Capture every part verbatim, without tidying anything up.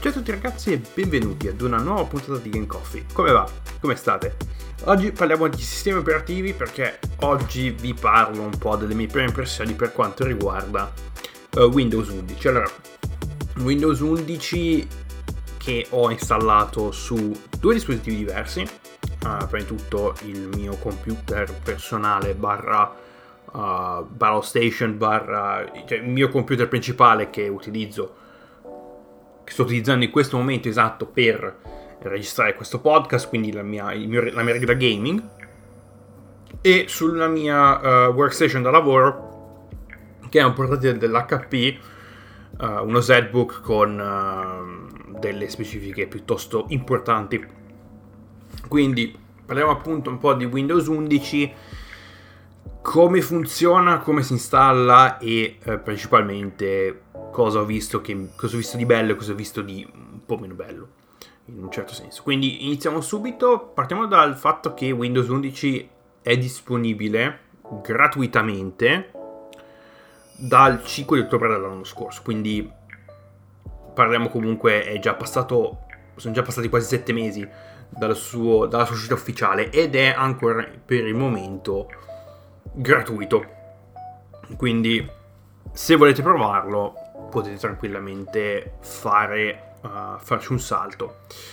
Ciao a tutti ragazzi e benvenuti ad una nuova puntata di Game Coffee. Come va? Come state? Oggi parliamo di sistemi operativi perché oggi vi parlo un po' delle mie prime impressioni per quanto riguarda uh, Windows undici. Allora, Windows undici che ho installato su due dispositivi diversi. Uh, prima di tutto il mio computer personale barra uh, barra station barra cioè il mio computer principale che utilizzo che sto utilizzando in questo momento esatto per registrare questo podcast, quindi la mia, il mio, la mia regola gaming, e sulla mia uh, workstation da lavoro che è un portatile dell'H P, uh, uno ZBook con uh, delle specifiche piuttosto importanti. Quindi parliamo appunto un po' di Windows undici, come funziona, come si installa e eh, principalmente cosa ho visto che, cosa ho visto di bello e cosa ho visto di un po' meno bello in un certo senso. Quindi iniziamo subito, partiamo dal fatto che Windows undici è disponibile gratuitamente dal cinque di ottobre dell'anno scorso, quindi parliamo comunque è già passato sono già passati quasi sette mesi dal suo, dalla sua uscita ufficiale ed è ancora per il momento gratuito, quindi se volete provarlo potete tranquillamente fare uh, farci un salto.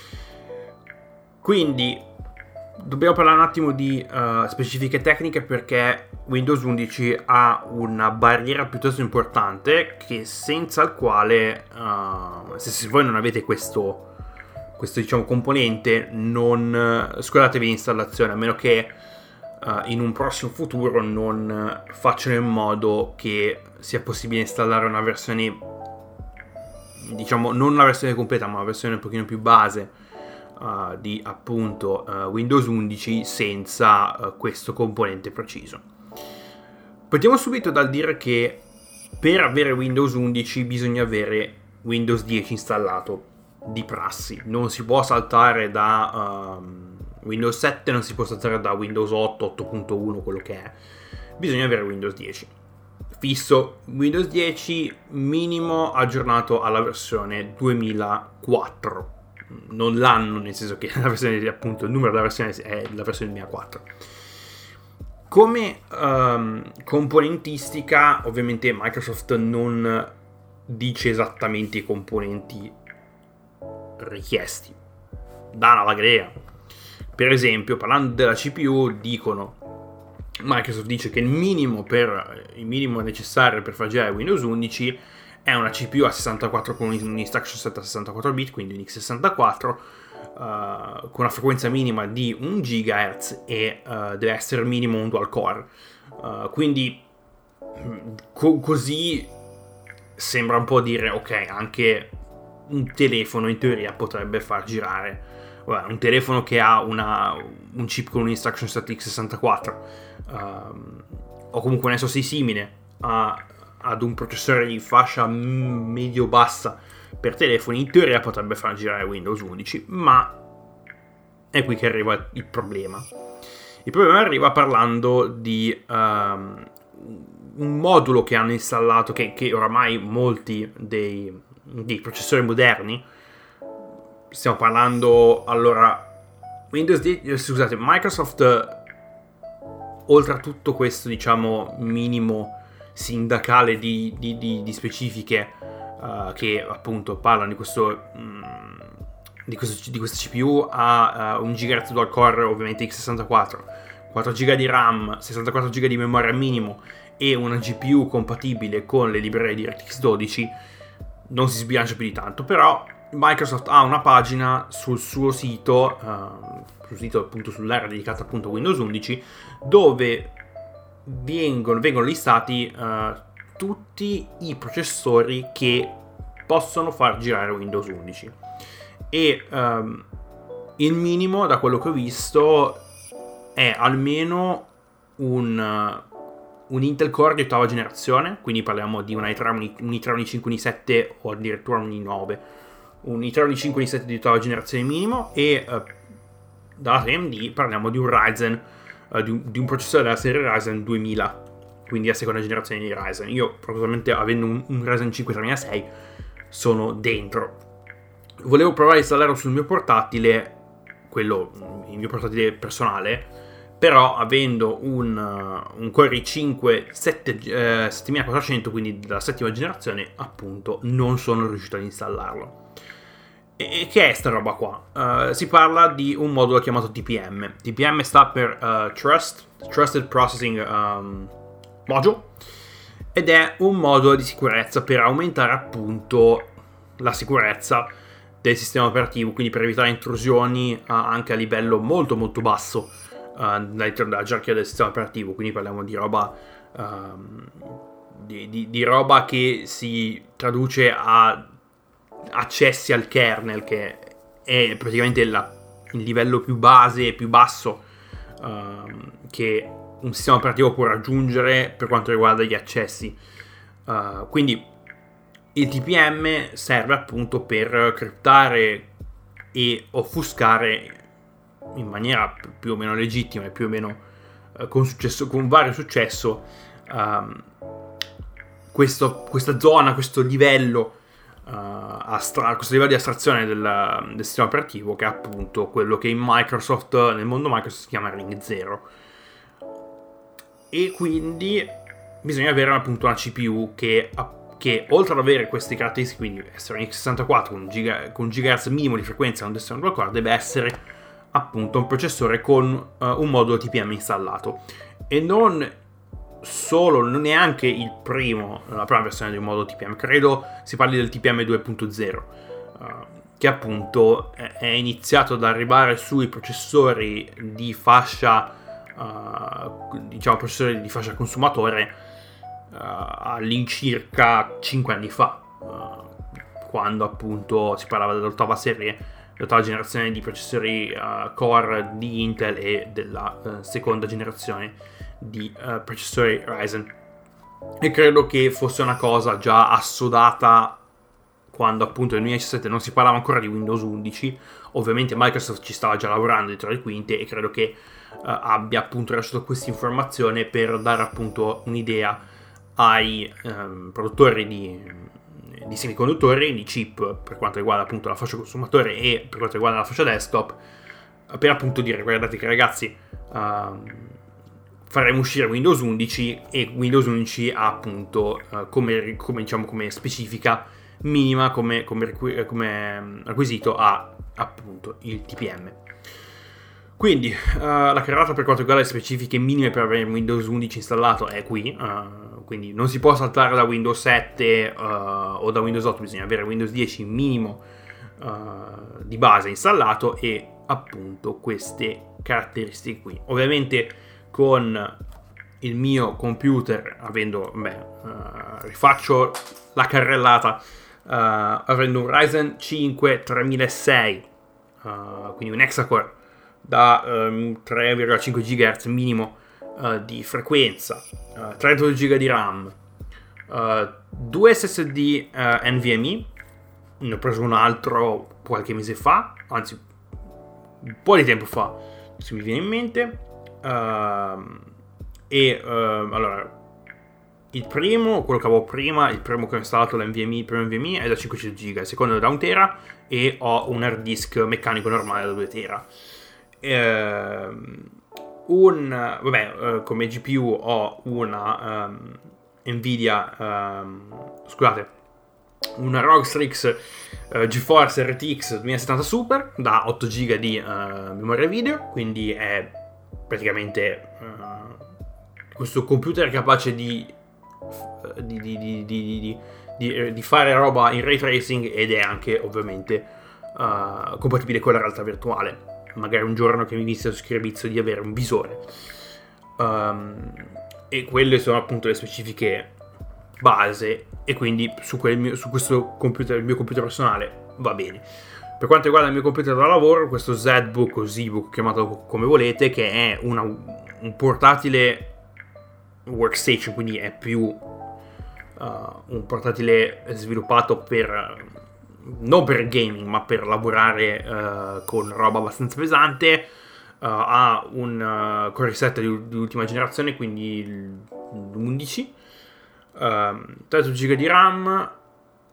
Quindi dobbiamo parlare un attimo di uh, specifiche tecniche perché Windows undici ha una barriera piuttosto importante che senza il quale uh, se, se voi non avete questo questo diciamo componente non uh, scordatevi l'installazione, a meno che Uh, in un prossimo futuro non uh, facciano in modo che sia possibile installare una versione, diciamo non una versione completa ma una versione un pochino più base uh, di appunto uh, Windows undici senza uh, questo componente preciso. Partiamo subito dal dire che per avere Windows undici bisogna avere Windows dieci installato di prassi, non si può saltare da um, Windows sette, non si può saltare da Windows otto, otto punto uno, quello che è. Bisogna avere Windows dieci. Fisso, Windows dieci minimo aggiornato alla versione duemilaquattro. Non l'anno, nel senso che la versione, appunto, il numero della versione è la versione duemilaquattro. Come um, componentistica, ovviamente Microsoft non dice esattamente i componenti richiesti. Dà una vaga idea. Per esempio, parlando della C P U, dicono Microsoft dice che il minimo per il minimo necessario per far girare Windows undici è una C P U a sessantaquattro con un instruction set a sessantaquattro bit, quindi un x sessantaquattro uh, con una frequenza minima di un gigahertz e uh, deve essere minimo un dual core. Uh, quindi co- così sembra un po' dire ok, anche un telefono in teoria potrebbe far girare un telefono che ha una, un chip con un instruction set x sessantaquattro um, o comunque un S O C simile a, ad un processore di fascia medio-bassa per telefoni, in teoria potrebbe far girare Windows undici, ma è qui che arriva il problema. Il problema arriva parlando di um, un modulo che hanno installato, che, che oramai molti dei, dei processori moderni. Stiamo parlando, allora, Windows dieci, scusate, Microsoft, oltre a tutto questo, diciamo, minimo sindacale di, di, di, di specifiche uh, che appunto parlano di questo, um, di, questo di questa C P U, ha uh, un gigahertz dual core, ovviamente x sessantaquattro, quattro giga di RAM, sessantaquattro giga di memoria minimo e una G P U compatibile con le librerie di DirectX dodici, non si sbilancia più di tanto, però Microsoft ha una pagina sul suo sito, uh, sul sito appunto sull'area dedicata appunto a Windows undici, dove vengono, vengono listati uh, tutti i processori che possono far girare Windows undici. E um, il minimo, da quello che ho visto, è almeno un, uh, un Intel Core di ottava generazione, quindi parliamo di un i tre, un i tre, un i cinque, un i sette o addirittura un i nove. Un i tre, un i cinque, un i sette di ottava generazione minimo, e uh, dalla A M D parliamo di un Ryzen, uh, di, un, di un processore della serie Ryzen duemila, quindi la seconda generazione di Ryzen. Io probabilmente, avendo un, un Ryzen cinque tremilasei, sono dentro. volevo provare a installarlo sul mio portatile, quello, il mio portatile personale, però avendo un, uh, un Core i cinque settemilaquattrocento, quindi della settima generazione, appunto non sono riuscito ad installarlo. E, e che è sta roba qua? Uh, si parla di un modulo chiamato T P M. T P M sta per uh, Trust, Trusted Processing um, Module, ed è un modulo di sicurezza per aumentare appunto la sicurezza del sistema operativo, quindi per evitare intrusioni uh, anche a livello molto molto basso uh, all'interno della gerarchia del sistema operativo. Quindi parliamo di roba um, di, di, di roba che si traduce a accessi al kernel, che è praticamente la, il livello più base e più basso uh, che un sistema operativo può raggiungere per quanto riguarda gli accessi. Uh, quindi il T P M serve appunto per criptare e offuscare in maniera più o meno legittima e più o meno uh, con successo, con vario successo, um, questo, questa zona, questo livello Uh, astra- questo livello di astrazione del, del sistema operativo, che è appunto quello che in Microsoft, nel mondo Microsoft, si chiama Ring zero. E quindi bisogna avere appunto una C P U che, che oltre ad avere queste caratteristiche, quindi essere un x sessantaquattro con un, giga, con un gigahertz minimo di frequenza, non deve essere un dual core, deve essere appunto un processore con uh, un modulo T P M installato, e non solo, non neanche il primo, la prima versione del modulo T P M, credo si parli del T P M due punto zero, uh, che appunto è iniziato ad arrivare sui processori di fascia, uh, diciamo processori di fascia consumatore, uh, all'incirca cinque anni fa, uh, quando appunto si parlava dell'ottava serie, l'ottava generazione di processori uh, Core di Intel e della uh, seconda generazione di uh, processori Ryzen. E credo che fosse una cosa già assodata quando appunto nel duemiladiciassette non si parlava ancora di Windows undici. Ovviamente Microsoft ci stava già lavorando dietro le quinte, e credo che uh, abbia appunto lasciato questa informazione per dare appunto un'idea ai um, produttori di, di semiconduttori, di chip, per quanto riguarda appunto la fascia consumatore e per quanto riguarda la fascia desktop, per appunto dire: guardate che ragazzi, um, faremo uscire Windows undici, e Windows undici ha appunto uh, come, come, diciamo, come specifica minima, come, come, come requisito, ha appunto il T P M. Quindi uh, la carrata per quanto riguarda le specifiche minime per avere Windows undici installato è qui, uh, quindi non si può saltare da Windows sette uh, o da Windows otto, bisogna avere Windows dieci minimo uh, di base installato, e appunto queste caratteristiche qui. Ovviamente con il mio computer, avendo, beh, uh, rifaccio la carrellata, uh, avendo un Ryzen cinque tremilasei, uh, quindi un hexacore da um, tre virgola cinque gigahertz minimo uh, di frequenza, uh, trentadue giga di RAM, uh, due S S D uh, NVMe, ne ho preso un altro qualche mese fa, anzi un po' di tempo fa, se mi viene in mente. Uh, e uh, allora il primo, quello che avevo prima, il primo che ho installato, l'NVMe, il primo NVMe è da cinquecento giga, il secondo è da un tera, e ho un hard disk meccanico normale da due tera. Uh, un vabbè uh, come G P U ho una um, Nvidia um, scusate una R O G Strix uh, GeForce R T X duemilasettanta Super da otto giga di uh, memoria video, quindi è praticamente uh, questo computer capace di uh, di, di, di, di, di, di, di fare roba in ray tracing, ed è anche ovviamente uh, compatibile con la realtà virtuale. Magari un giorno che mi vista su servizio di avere un visore, um, e quelle sono appunto le specifiche base, e quindi su, quel mio, su questo computer, il mio computer personale, va bene. Per quanto riguarda il mio computer da lavoro, questo ZBook o ZBook, chiamato come volete, che è una, un portatile workstation, quindi è più uh, un portatile sviluppato per non per gaming, ma per lavorare uh, con roba abbastanza pesante. Uh, ha un uh, Core i sette di, di ultima generazione, quindi l'undici, uh, trentadue giga di RAM,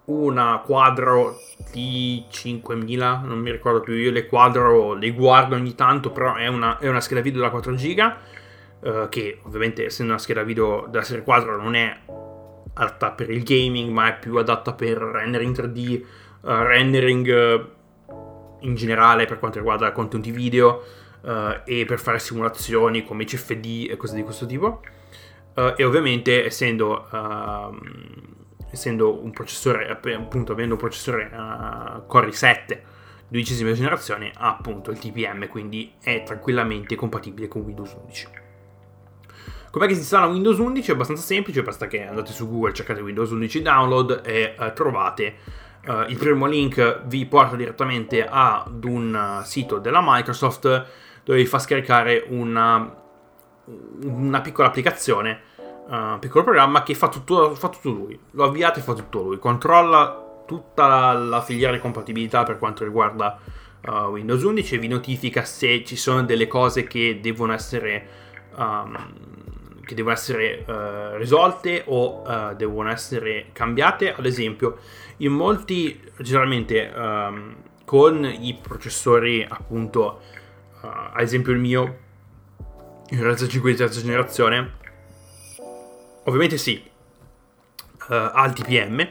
una Quadro T cinquemila, non mi ricordo più, io le Quadro le guardo ogni tanto, però è una, è una scheda video da quattro giga, uh, che ovviamente essendo una scheda video della serie Quadro non è adatta per il gaming, ma è più adatta per rendering tre D, uh, rendering uh, in generale per quanto riguarda contenuti video, uh, e per fare simulazioni come C F D e cose di questo tipo. Uh, e ovviamente essendo uh, essendo un processore, appunto avendo un processore uh, Core i sette dodicesima generazione, ha appunto il T P M, quindi è tranquillamente compatibile con Windows undici. Com'è che si installa Windows undici? È abbastanza semplice, basta che andate su Google, cercate Windows undici Download e uh, trovate uh, il primo link, vi porta direttamente ad un uh, sito della Microsoft dove vi fa scaricare una, una piccola applicazione, un uh, piccolo programma che fa tutto, fa tutto lui. Lo avviate e fa tutto lui, controlla tutta la, la filiera di compatibilità per quanto riguarda uh, Windows undici e vi notifica se ci sono delle cose che devono essere um, che devono essere uh, risolte o uh, devono essere cambiate. Ad esempio, in molti, generalmente um, con i processori appunto, uh, ad esempio il mio il Ryzen cinque di terza generazione, ovviamente sì, uh, ha il T P M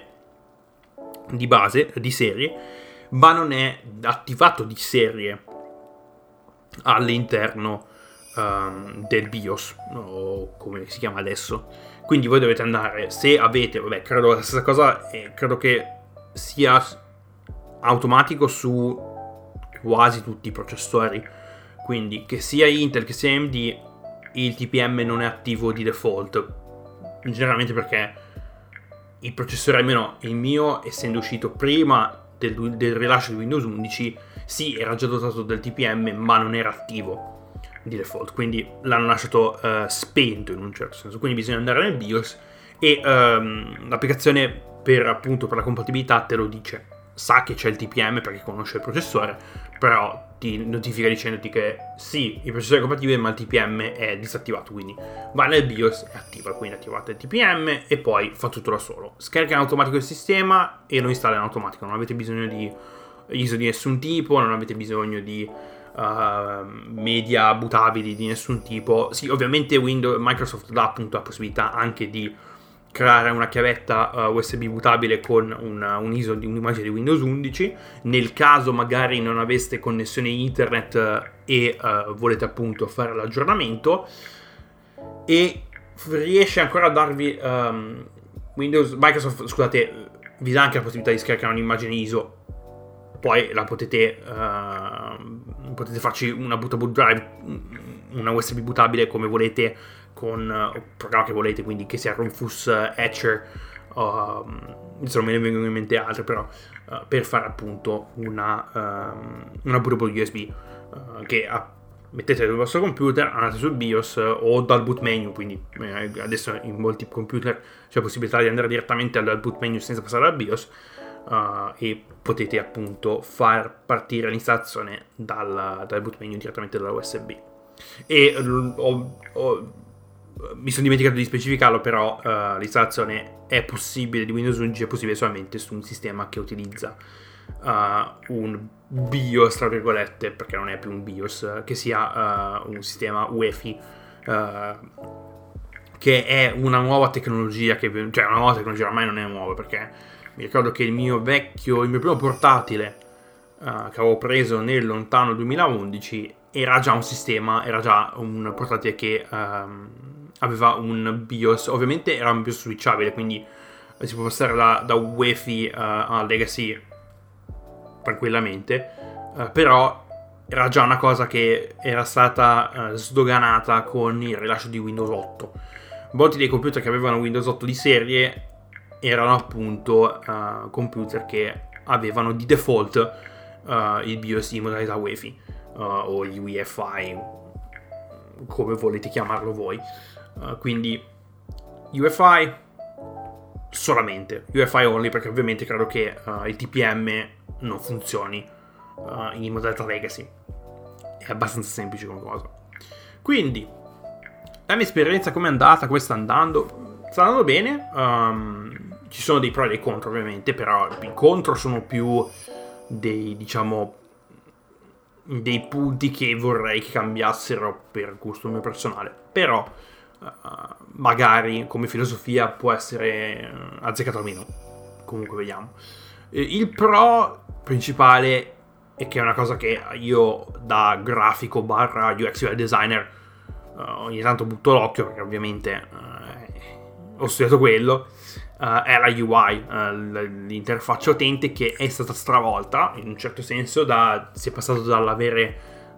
di base, di serie, ma non è attivato di serie all'interno um, del BIOS, o come si chiama adesso. Quindi voi dovete andare, se avete, vabbè, credo la stessa cosa, eh, credo che sia automatico su quasi tutti i processori, quindi che sia Intel che sia A M D, il T P M non è attivo di default, generalmente perché il processore, almeno il mio, essendo uscito prima del, del rilascio di Windows undici, sì, era già dotato del T P M, ma non era attivo di default, quindi l'hanno lasciato uh, spento in un certo senso. Quindi bisogna andare nel BIOS e um, l'applicazione per appunto per la compatibilità te lo dice, sa che c'è il T P M perché conosce il processore, però ti notifica dicendoti che sì, il processore è compatibile ma il T P M è disattivato, quindi va nel BIOS e attiva, quindi attivate il T P M e poi fa tutto da solo, scarica in automatico il sistema e lo installa in automatico, non avete bisogno di I S O di nessun tipo, non avete bisogno di uh, media bootabili di nessun tipo. Sì, ovviamente Windows, Microsoft dà appunto la possibilità anche di creare una chiavetta uh, U S B bootabile con una, un I S O di un'immagine di Windows undici, nel caso magari non aveste connessione internet uh, e uh, volete appunto fare l'aggiornamento, e riesce ancora a darvi um, Windows, Microsoft, scusate, vi dà anche la possibilità di scaricare un'immagine I S O, poi la potete uh, potete farci una bootable drive, una U S B bootabile come volete, con uh, il programma che volete, quindi che sia Rufus, uh, Etcher, uh, insomma me ne vengono in mente altre, però uh, per fare appunto una, um, una bootable U S B uh, che uh, mettete nel vostro computer, andate sul BIOS uh, o dal boot menu, quindi eh, adesso in molti computer c'è la possibilità di andare direttamente dal boot menu senza passare dal BIOS, uh, e potete appunto far partire l'installazione dal, dal boot menu direttamente dalla U S B. E uh, ho, ho mi sono dimenticato di specificarlo, però uh, l'installazione è possibile di Windows undici, è possibile solamente su un sistema che utilizza uh, un BIOS, tra virgolette, perché non è più un BIOS, che sia uh, un sistema U E F I, uh, che è una nuova tecnologia, che, cioè una nuova tecnologia, ormai non è nuova, perché mi ricordo che il mio vecchio, il mio primo portatile uh, che avevo preso nel lontano duemilaundici era già un sistema, era già un portatile che um, aveva un BIOS, ovviamente era un BIOS switchabile, quindi si può passare da, da U E F I uh, a Legacy tranquillamente, uh, però era già una cosa che era stata uh, sdoganata con il rilascio di Windows otto. Molti dei computer che avevano Windows otto di serie erano appunto uh, computer che avevano di default uh, il BIOS in modalità U E F I, uh, o gli U E F I, come volete chiamarlo voi. Uh, quindi U E F I solamente, U E F I only, perché ovviamente credo che uh, il T P M non funzioni uh, in modalità Legacy. È abbastanza semplice come cosa. Quindi la mia esperienza come è andata, come sta andando? Sta andando bene. Um, ci sono dei pro e dei contro ovviamente, però i contro sono più dei, diciamo, dei punti che vorrei che cambiassero per gusto mio personale, però uh, magari come filosofia può essere uh, azzeccato o meno, comunque vediamo. Il pro principale, e che è una cosa che io da grafico barra U X U I designer uh, ogni tanto butto l'occhio, perché ovviamente uh, ho studiato quello, uh, è la U I, uh, l'interfaccia utente, che è stata stravolta in un certo senso, da, si è passato dall'avere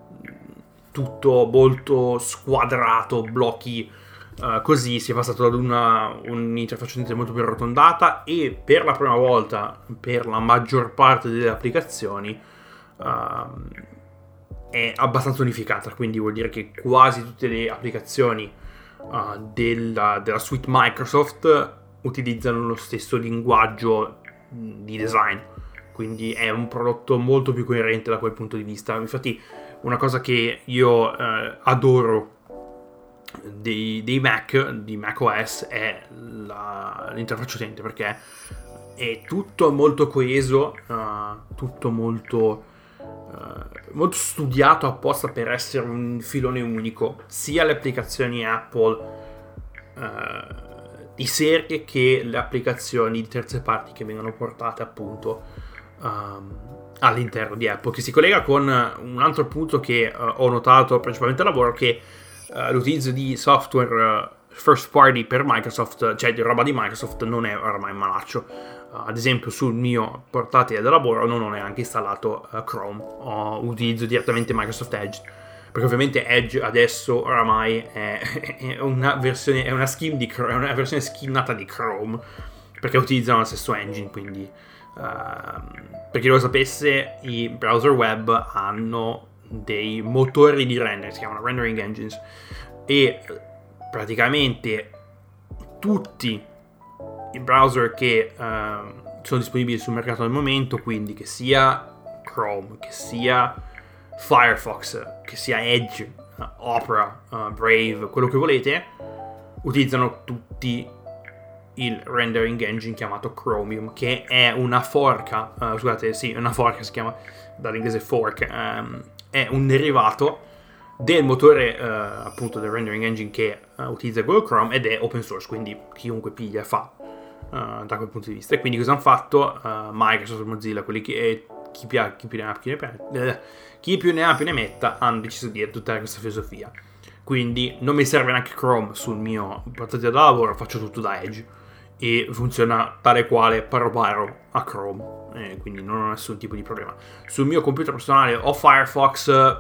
tutto molto squadrato, blocchi uh, così, si è passato ad una, un'interfaccia utente molto più arrotondata, e per la prima volta per la maggior parte delle applicazioni uh, è abbastanza unificata, quindi vuol dire che quasi tutte le applicazioni uh, della, della suite Microsoft utilizzano lo stesso linguaggio di design, quindi è un prodotto molto più coerente da quel punto di vista. Infatti una cosa che io eh, adoro dei, dei Mac, di macOS, è la, l'interfaccia utente, perché è tutto molto coeso, uh, tutto molto uh, molto studiato apposta per essere un filone unico, sia le applicazioni Apple uh, di serie che le applicazioni di terze parti che vengono portate appunto um, all'interno di Apple, che si collega con un altro punto che uh, ho notato principalmente al lavoro, che uh, l'utilizzo di software uh, first party per Microsoft, cioè di roba di Microsoft, non è ormai malaccio. Uh, ad esempio sul mio portatile da lavoro non ho neanche installato uh, Chrome, ho utilizzo direttamente Microsoft Edge, perché ovviamente Edge adesso oramai è, è una versione, è una skin di è una versione skinnata di Chrome, perché utilizzano lo stesso engine. Quindi uh, per chi lo sapesse, i browser web hanno dei motori di render, si chiamano rendering engines, e praticamente tutti i browser che uh, sono disponibili sul mercato al momento, quindi che sia Chrome, che sia Firefox, che sia Edge, uh, Opera, uh, Brave, quello che volete, utilizzano tutti il rendering engine chiamato Chromium, che è una forca, uh, scusate, sì, una forca, si chiama dall'inglese fork, um, è un derivato del motore uh, appunto del rendering engine che uh, utilizza Google Chrome, ed è open source, quindi chiunque piglia fa uh, da quel punto di vista. E quindi cosa hanno fatto uh, Microsoft, Mozilla, quelli che eh, chi, più, chi più ne ha più ne prende, chi più ne ha più ne metta, hanno deciso di adottare questa filosofia. Quindi non mi serve neanche Chrome sul mio portatile da lavoro, faccio tutto da Edge e funziona tale quale paro paro a Chrome, eh, quindi non ho nessun tipo di problema. Sul mio computer personale ho Firefox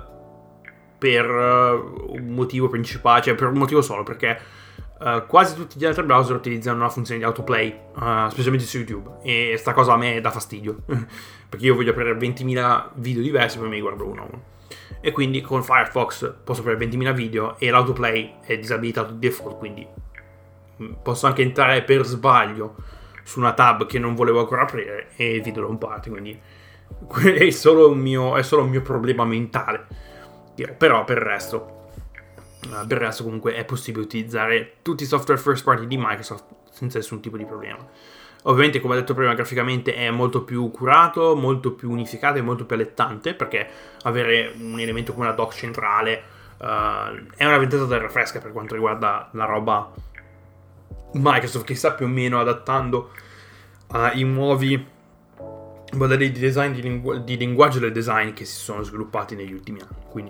per uh, un motivo principale, cioè per un motivo solo, perché uh, quasi tutti gli altri browser utilizzano una funzione di autoplay, uh, specialmente su YouTube, e sta cosa a me dà fastidio perché io voglio aprire ventimila video diversi, poi me li guardo uno a uno, e quindi con Firefox posso aprire ventimila video e l'autoplay è disabilitato di default, quindi posso anche entrare per sbaglio su una tab che non volevo ancora aprire e il video non parte. Quindi è solo un mio, è solo un mio problema mentale. Però per il resto per il resto comunque è possibile utilizzare tutti i software first party di Microsoft senza nessun tipo di problema. Ovviamente, come ho detto prima, graficamente è molto più curato, molto più unificato e molto più allettante, perché avere un elemento come la dock centrale uh, è una ventata d'aria fresca per quanto riguarda la roba Microsoft, che sta più o meno adattando ai uh, nuovi modelli di design, di, lingu- di linguaggio del design che si sono sviluppati negli ultimi anni. Quindi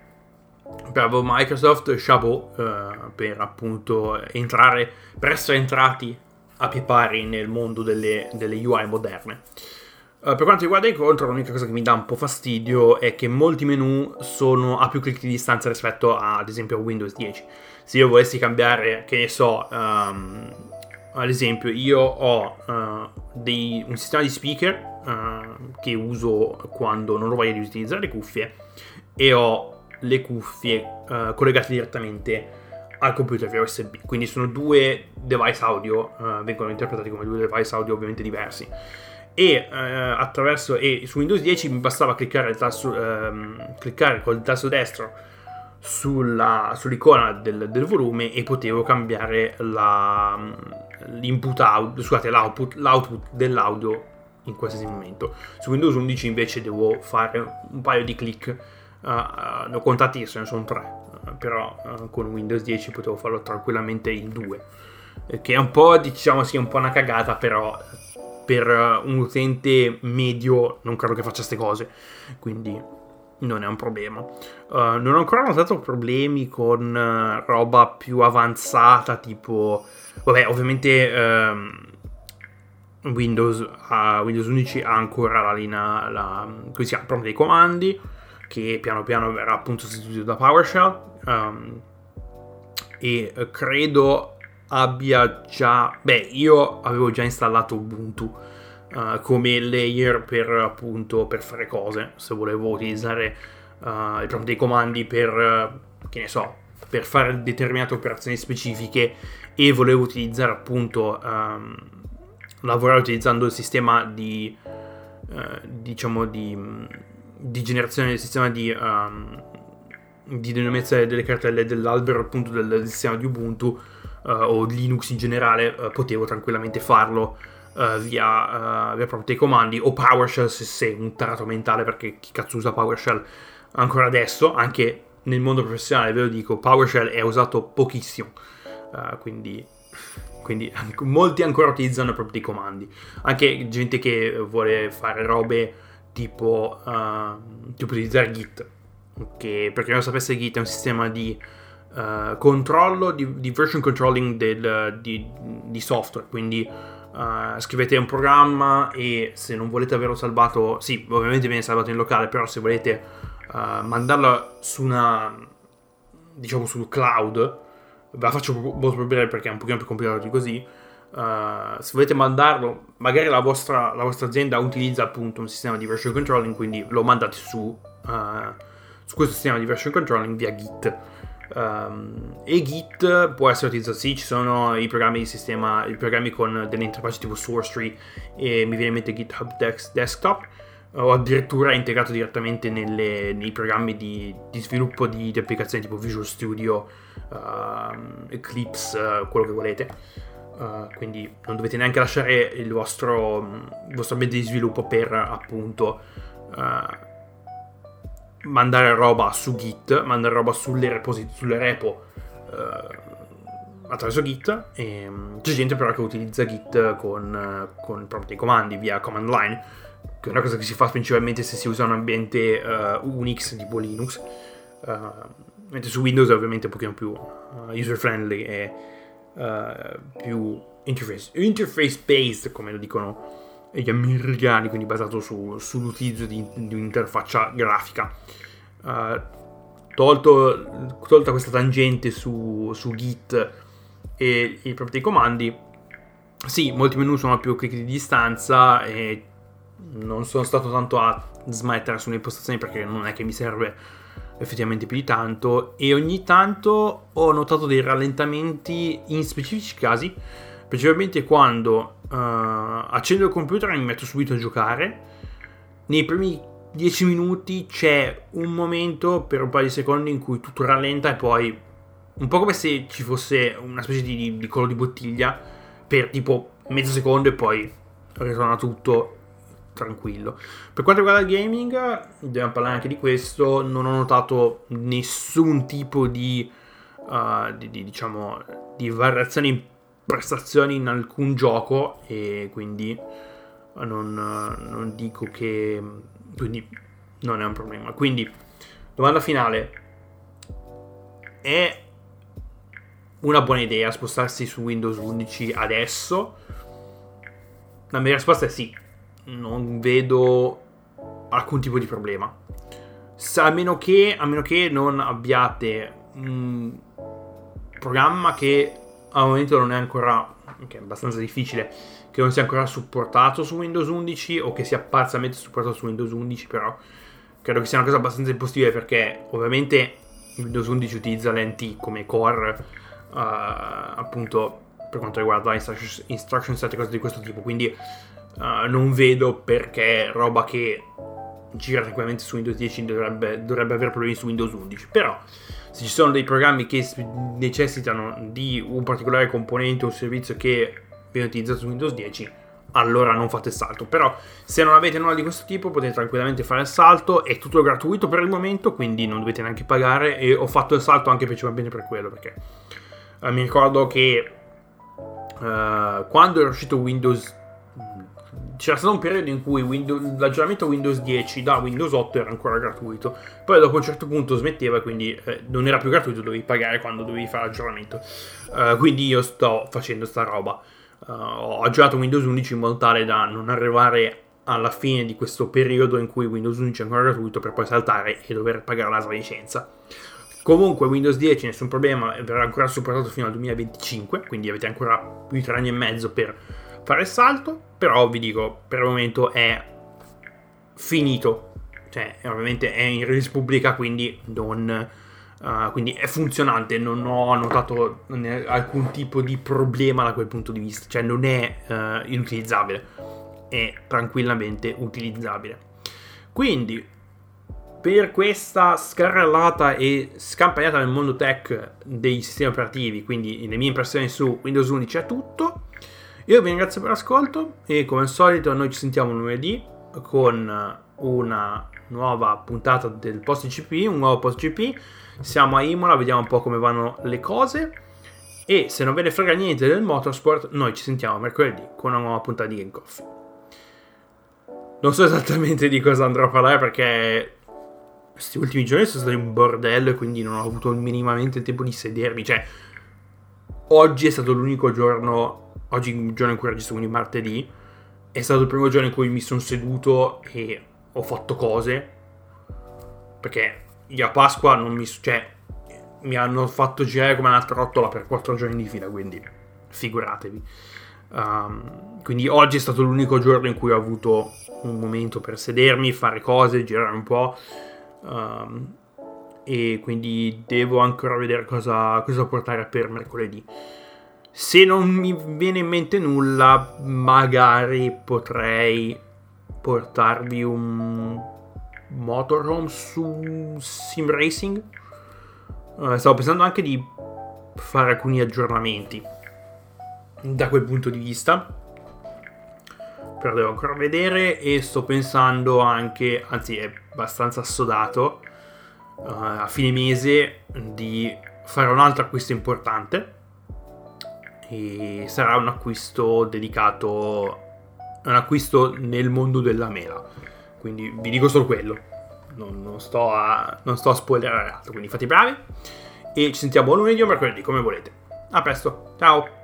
bravo Microsoft, chapeau uh, per appunto entrare, per essere entrati a piedi pari nel mondo delle, delle U I moderne. Uh, per quanto riguarda i contro, l'unica cosa che mi dà un po' fastidio è che molti menu sono a più clic di distanza rispetto a, ad esempio, a Windows dieci. Se io volessi cambiare, che ne so, um, ad esempio io ho uh, dei, un sistema di speaker uh, che uso quando non ho voglia di utilizzare le cuffie, e ho le cuffie uh, collegate direttamente al computer via U S B, quindi sono due device audio, uh, vengono interpretati come due device audio ovviamente diversi, e uh, attraverso e su Windows dieci mi bastava cliccare il tasto, um, cliccare col tasto destro sulla, sull'icona del, del volume e potevo cambiare la, l'input audio, scusate, l'output, l'output dell'audio in qualsiasi momento. Su Windows undici invece devo fare un paio di click, uh, uh, ne ho contati, se ne sono tre, uh, però uh, con Windows dieci potevo farlo tranquillamente in due, eh, che è un po', diciamo, sì, un po' una cagata, però per uh, un utente medio non credo che faccia ste cose, quindi non è un problema. Uh, non ho ancora notato problemi con uh, roba più avanzata, tipo, vabbè, ovviamente um, Windows, uh, Windows undici ha ancora la linea, la, come si chiama, prompt dei comandi, che piano piano verrà appunto sostituito da PowerShell, um, e uh, credo abbia già, beh, io avevo già installato Ubuntu Uh, come layer per appunto per fare cose, se volevo utilizzare uh, il prompt dei comandi per uh, che ne so, per fare determinate operazioni specifiche, e volevo utilizzare appunto um, lavorare utilizzando il sistema di uh, diciamo di, di generazione del sistema di um, di denominazione delle cartelle dell'albero appunto del, del sistema di Ubuntu uh, o Linux in generale, uh, potevo tranquillamente farlo Uh, via, uh, via proprio dei comandi o PowerShell, se sei un tarato mentale, perché chi cazzo usa PowerShell ancora adesso, anche nel mondo professionale ve lo dico, PowerShell è usato pochissimo, uh, quindi, quindi molti ancora utilizzano proprio dei comandi, anche gente che vuole fare robe tipo, uh, tipo utilizzare Git, che per chi non sapesse, Git è un sistema di uh, controllo, di, di version controlling del, di, di software, quindi Uh, scrivete un programma e se non volete averlo salvato, sì, ovviamente viene salvato in locale, però se volete uh, mandarlo su una, diciamo, sul cloud, ve la faccio molto più breve perché è un pochino più complicato di così. Uh, se volete mandarlo, magari la vostra, la vostra azienda utilizza appunto un sistema di version controlling, quindi lo mandate su, uh, su questo sistema di version controlling via Git. Um, e Git può essere utilizzato, sì, ci sono i programmi di sistema, i programmi con delle interfacce tipo SourceTree, e mi viene in mente GitHub Dex, Desktop, o addirittura integrato direttamente nelle, nei programmi di, di sviluppo di, di applicazioni tipo Visual Studio, uh, Eclipse, uh, quello che volete. Uh, quindi non dovete neanche lasciare il vostro, il vostro ambiente di sviluppo per appunto uh, mandare roba su Git, mandare roba sulle, reposit- sulle repo uh, attraverso Git, e um, c'è gente però che utilizza Git con, uh, con proprio dei comandi via command line, che è una cosa che si fa principalmente se si usa un ambiente uh, Unix tipo Linux, uh, mentre su Windows è ovviamente un pochino più uh, user friendly e uh, più interface, interface based, come lo dicono gli americani, quindi basato su, sull'utilizzo di, di un'interfaccia grafica. Uh, tolto, tolta questa tangente su, su Git e i propri comandi, sì, molti menu sono a più clic di distanza e non sono stato tanto a smettere sulle impostazioni perché non è che mi serve effettivamente più di tanto, e ogni tanto ho notato dei rallentamenti in specifici casi, principalmente quando uh, accendo il computer e mi metto subito a giocare. Nei primi dieci minuti c'è un momento per un paio di secondi in cui tutto rallenta e poi un po' come se ci fosse una specie di, di collo di bottiglia per tipo mezzo secondo e poi ritorna tutto tranquillo. Per quanto riguarda il gaming, dobbiamo parlare anche di questo, non ho notato nessun tipo di, uh, di, di diciamo di variazioni in prestazioni in alcun gioco, e quindi non, non dico che, quindi non è un problema. Quindi domanda finale: è una buona idea spostarsi su Windows undici adesso? La mia risposta è sì, non vedo alcun tipo di problema, a meno che, a meno che non abbiate un programma che al momento non è ancora, che è abbastanza difficile, che non sia ancora supportato su Windows undici o che sia parzialmente supportato su Windows undici, però credo che sia una cosa abbastanza impossibile perché ovviamente Windows undici utilizza l'N T come core, uh, appunto per quanto riguarda instruction, instruction set e cose di questo tipo, quindi uh, non vedo perché roba che gira tranquillamente su Windows dieci, dovrebbe, dovrebbe avere problemi su Windows undici. Però se ci sono dei programmi che necessitano di un particolare componente o servizio che viene utilizzato su Windows dieci, allora non fate il salto. Però se non avete nulla di questo tipo potete tranquillamente fare il salto, è tutto gratuito per il momento, quindi non dovete neanche pagare, e ho fatto il salto anche principalmente per quello, perché eh, mi ricordo che uh, quando era uscito Windows, c'era stato un periodo in cui Windows, l'aggiornamento Windows dieci da Windows otto era ancora gratuito, poi dopo un certo punto smetteva e quindi eh, non era più gratuito, dovevi pagare quando dovevi fare l'aggiornamento. Uh, quindi io sto facendo sta roba. Uh, ho aggiornato Windows undici in modo tale da non arrivare alla fine di questo periodo in cui Windows undici è ancora gratuito per poi saltare e dover pagare la sua licenza. Comunque Windows dieci nessun problema, verrà ancora supportato fino al duemilaventicinque, quindi avete ancora più di tre anni e mezzo per fare il salto. Però vi dico, per il momento è finito, cioè ovviamente è in release pubblica, quindi non uh, quindi è funzionante, non ho notato alcun tipo di problema da quel punto di vista, cioè non è uh, inutilizzabile, è tranquillamente utilizzabile. Quindi per questa scarrellata e scampagnata nel mondo tech dei sistemi operativi, quindi le mie impressioni su Windows undici è tutto. Io vi ringrazio per l'ascolto e come al solito noi ci sentiamo lunedì con una nuova puntata del Post G P, un nuovo Post G P. Siamo a Imola, vediamo un po' come vanno le cose, e se non ve ne frega niente del motorsport noi ci sentiamo mercoledì con una nuova puntata di Game Coffee. Non so esattamente di cosa andrò a parlare perché questi ultimi giorni sono stati un bordello e quindi non ho avuto minimamente il tempo di sedermi. Cioè, oggi è stato l'unico giorno, oggi è il giorno in cui registro, quindi martedì, è stato il primo giorno in cui mi sono seduto e ho fatto cose, perché io a Pasqua non mi, cioè, mi hanno fatto girare come una trottola per quattro giorni di fila, quindi figuratevi. Um, quindi oggi è stato l'unico giorno in cui ho avuto un momento per sedermi, fare cose, girare un po'. Um, e quindi devo ancora vedere cosa, cosa portare per mercoledì. Se non mi viene in mente nulla, magari potrei portarvi un motorhome su Sim Racing. Uh, stavo pensando anche di fare alcuni aggiornamenti da quel punto di vista, però devo ancora vedere. E sto pensando anche, anzi è abbastanza assodato, uh, a fine mese di fare un altro acquisto importante, e sarà un acquisto dedicato, un acquisto nel mondo della mela, quindi vi dico solo quello, non, non sto a non sto a spoilerare altro, quindi fate i bravi e ci sentiamo lunedì o mercoledì come volete. A presto, ciao.